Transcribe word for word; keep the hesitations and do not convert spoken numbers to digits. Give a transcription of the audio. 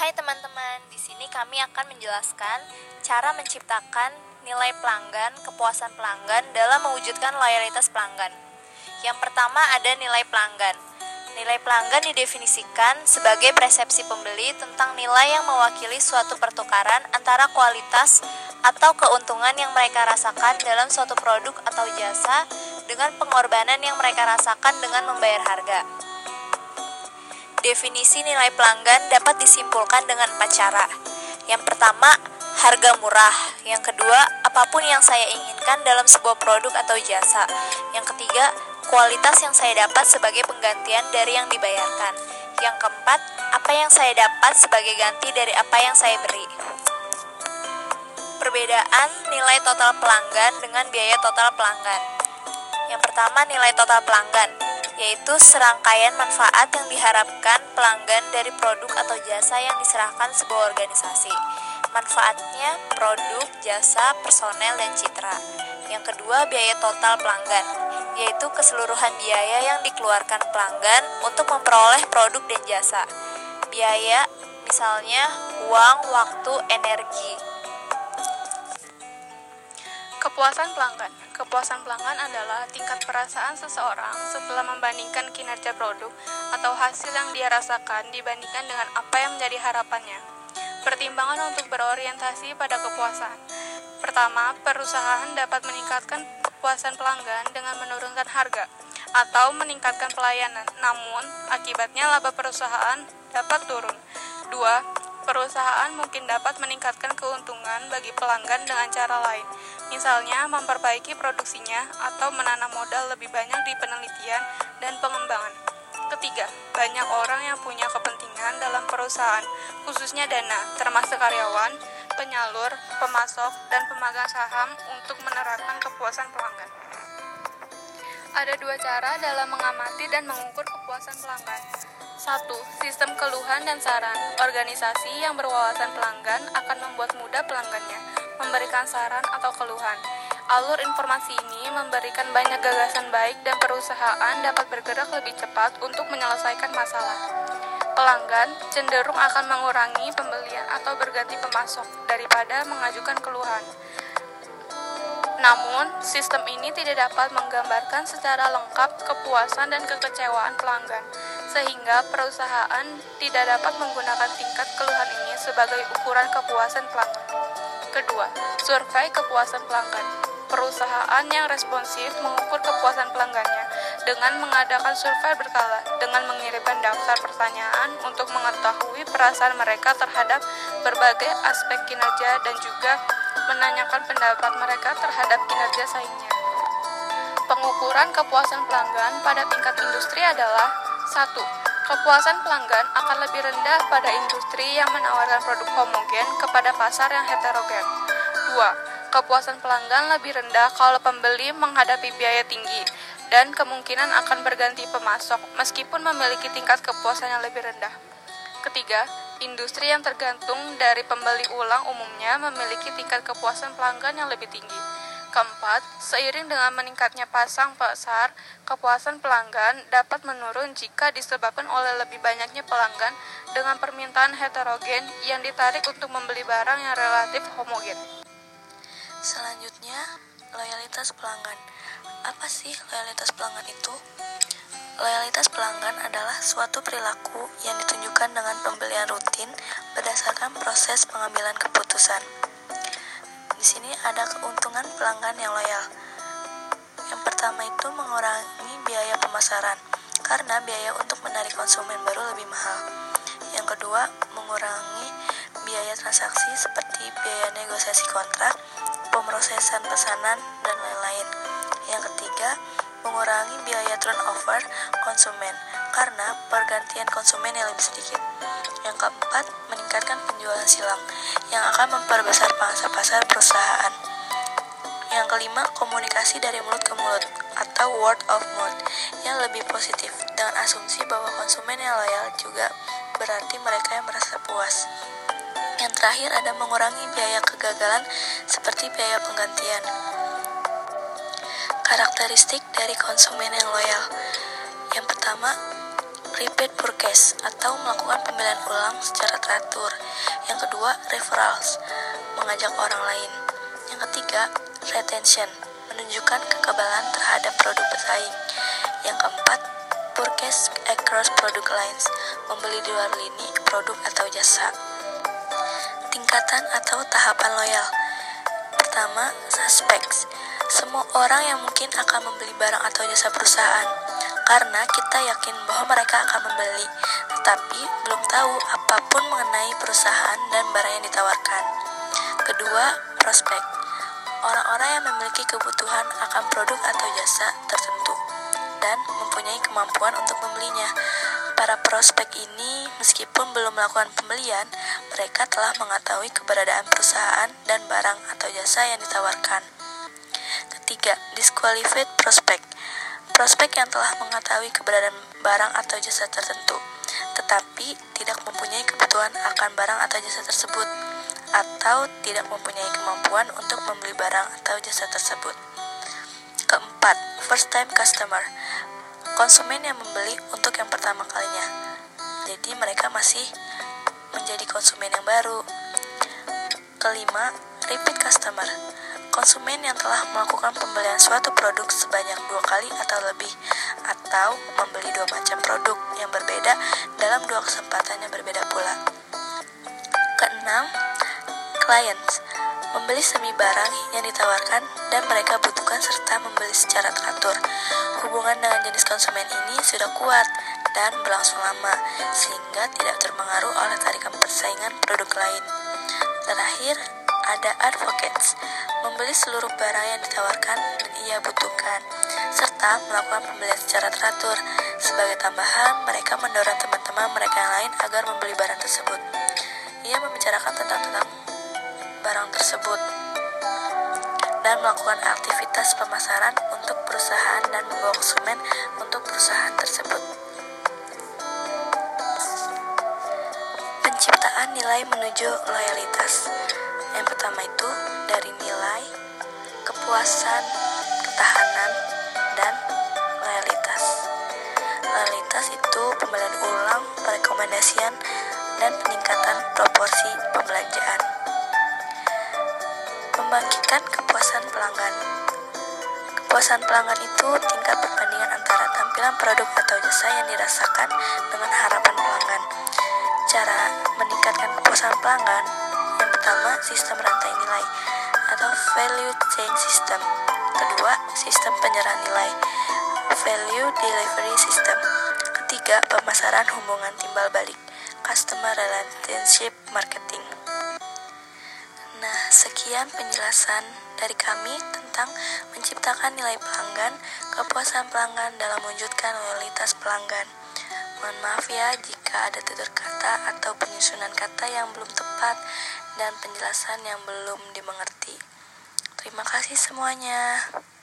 Hai teman-teman, di sini kami akan menjelaskan cara menciptakan nilai pelanggan, kepuasan pelanggan dalam mewujudkan loyalitas pelanggan. Yang pertama ada nilai pelanggan. Nilai pelanggan didefinisikan sebagai persepsi pembeli tentang nilai yang mewakili suatu pertukaran antara kualitas atau keuntungan yang mereka rasakan dalam suatu produk atau jasa dengan pengorbanan yang mereka rasakan dengan membayar harga. Definisi nilai pelanggan dapat disimpulkan dengan empat cara. Yang pertama, harga murah. Yang kedua, apapun yang saya inginkan dalam sebuah produk atau jasa. Yang ketiga, kualitas yang saya dapat sebagai penggantian dari yang dibayarkan. Yang keempat, apa yang saya dapat sebagai ganti dari apa yang saya beri. Perbedaan nilai total pelanggan dengan biaya total pelanggan. Yang pertama, nilai total pelanggan, yaitu serangkaian manfaat yang diharapkan pelanggan dari produk atau jasa yang diserahkan sebuah organisasi. Manfaatnya produk, jasa, personel, dan citra. Yang kedua, biaya total pelanggan, yaitu keseluruhan biaya yang dikeluarkan pelanggan untuk memperoleh produk dan jasa. Biaya misalnya uang, waktu, energi. Kepuasan pelanggan. Kepuasan pelanggan adalah tingkat perasaan seseorang setelah membandingkan kinerja produk atau hasil yang dia rasakan dibandingkan dengan apa yang menjadi harapannya. Pertimbangan untuk berorientasi pada kepuasan. Pertama, perusahaan dapat meningkatkan kepuasan pelanggan dengan menurunkan harga atau meningkatkan pelayanan, namun akibatnya laba perusahaan dapat turun. Dua, perusahaan mungkin dapat meningkatkan keuntungan bagi pelanggan dengan cara lain, misalnya memperbaiki produksinya atau menanam modal lebih banyak di penelitian dan pengembangan. Ketiga, banyak orang yang punya kepentingan dalam perusahaan, khususnya dana, termasuk karyawan, penyalur, pemasok, dan pemegang saham untuk menerapkan kepuasan pelanggan. Ada dua cara dalam mengamati dan mengukur kepuasan pelanggan. Satu, sistem keluhan dan saran. Organisasi yang berwawasan pelanggan akan membuat mudah pelanggannya memberikan saran atau keluhan. Alur informasi ini memberikan banyak gagasan baik dan perusahaan dapat bergerak lebih cepat untuk menyelesaikan masalah. Pelanggan cenderung akan mengurangi pembelian atau berganti pemasok daripada mengajukan keluhan. Namun, sistem ini tidak dapat menggambarkan secara lengkap kepuasan dan kekecewaan pelanggan, sehingga perusahaan tidak dapat menggunakan tingkat keluhan ini sebagai ukuran kepuasan pelanggan. Kedua, survei kepuasan pelanggan. Perusahaan yang responsif mengukur kepuasan pelanggannya dengan mengadakan survei berkala, dengan mengirimkan daftar pertanyaan untuk mengetahui perasaan mereka terhadap berbagai aspek kinerja dan juga menanyakan pendapat mereka terhadap kinerja saingnya. Pengukuran kepuasan pelanggan pada tingkat industri adalah satu. Kepuasan pelanggan akan lebih rendah pada industri yang menawarkan produk homogen kepada pasar yang heterogen. Dua. Kepuasan pelanggan lebih rendah kalau pembeli menghadapi biaya tinggi dan kemungkinan akan berganti pemasok meskipun memiliki tingkat kepuasan yang lebih rendah. Ketiga, industri yang tergantung dari pembeli ulang umumnya memiliki tingkat kepuasan pelanggan yang lebih tinggi. Keempat, seiring dengan meningkatnya pasang pasar, kepuasan pelanggan dapat menurun jika disebabkan oleh lebih banyaknya pelanggan dengan permintaan heterogen yang ditarik untuk membeli barang yang relatif homogen. Selanjutnya, loyalitas pelanggan. Apa sih loyalitas pelanggan itu? Loyalitas pelanggan adalah suatu perilaku yang ditunjukkan dengan pembelian rutin berdasarkan proses pengambilan keputusan. Di sini ada keuntungan pelanggan yang loyal. Yang pertama itu mengurangi biaya pemasaran, karena biaya untuk menarik konsumen baru lebih mahal. Yang kedua, mengurangi biaya transaksi seperti biaya negosiasi kontrak, pemrosesan pesanan, dan lain-lain. Yang ketiga, mengurangi biaya turnover konsumen, karena pergantian konsumen yang lebih sedikit. Yang keempat, meningkatkan penjualan silang yang akan memperbesar pangsa pasar perusahaan. Yang kelima, komunikasi dari mulut ke mulut atau word of mouth yang lebih positif dengan asumsi bahwa konsumen yang loyal juga berarti mereka yang merasa puas. Yang terakhir ada mengurangi biaya kegagalan seperti biaya penggantian. Karakteristik dari konsumen yang loyal. Yang pertama, repeat purchase atau melakukan pembelian ulang secara teratur. Yang kedua, referrals, mengajak orang lain. Yang ketiga, retention, menunjukkan kekebalan terhadap produk bersaing. Yang keempat, purchase across product lines, membeli di luar lini produk atau jasa. Tingkatan atau tahapan loyal. Pertama, suspects, semua orang yang mungkin akan membeli barang atau jasa perusahaan, karena kita yakin bahwa mereka akan membeli, tetapi belum tahu apapun mengenai perusahaan dan barang yang ditawarkan. Kedua, prospek, orang-orang yang memiliki kebutuhan akan produk atau jasa tertentu dan mempunyai kemampuan untuk membelinya. Para prospek ini meskipun belum melakukan pembelian, mereka telah mengetahui keberadaan perusahaan dan barang atau jasa yang ditawarkan. Ketiga, disqualified prospect, prospek yang telah mengetahui keberadaan barang atau jasa tertentu, tetapi tidak mempunyai kebutuhan akan barang atau jasa tersebut, atau tidak mempunyai kemampuan untuk membeli barang atau jasa tersebut. Keempat, first time customer, konsumen yang membeli untuk yang pertama kalinya, jadi mereka masih menjadi konsumen yang baru. Kelima, repeat customer, konsumen yang telah melakukan pembelian suatu produk sebanyak dua kali atau lebih, atau membeli dua macam produk yang berbeda dalam dua kesempatan yang berbeda pula. Keenam, clients, membeli semi barang yang ditawarkan dan mereka butuhkan serta membeli secara teratur. Hubungan dengan jenis konsumen ini sudah kuat dan berlangsung lama, sehingga tidak terpengaruh oleh tarikan persaingan produk lain. Terakhir, ada advocates, membeli seluruh barang yang ditawarkan dan ia butuhkan, serta melakukan pembelian secara teratur. Sebagai tambahan, mereka mendorong teman-teman mereka yang lain agar membeli barang tersebut. Ia membicarakan tentang tentang barang tersebut dan melakukan aktivitas pemasaran untuk perusahaan dan membawa konsumen untuk perusahaan tersebut. Penciptaan nilai menuju loyalitas. Yang pertama itu dari nilai, kepuasan, ketahanan, dan loyalitas. Loyalitas itu pembelian ulang, perekomendasian, dan peningkatan proporsi pembelanjaan. Membangkitkan kepuasan pelanggan. Kepuasan pelanggan itu tingkat perbandingan antara tampilan produk atau jasa yang dirasakan dengan harapan pelanggan. Cara meningkatkan kepuasan pelanggan, yang pertama, sistem rantai nilai atau value chain system. Kedua, sistem penyerahan nilai, value delivery system. Ketiga, pemasaran hubungan timbal balik, customer relationship marketing. Nah, sekian penjelasan dari kami tentang menciptakan nilai pelanggan, kepuasan pelanggan dalam mewujudkan loyalitas pelanggan. Mohon maaf ya jika ada tutur kata atau penyusunan kata yang belum tepat dan penjelasan yang belum dimengerti. Terima kasih semuanya.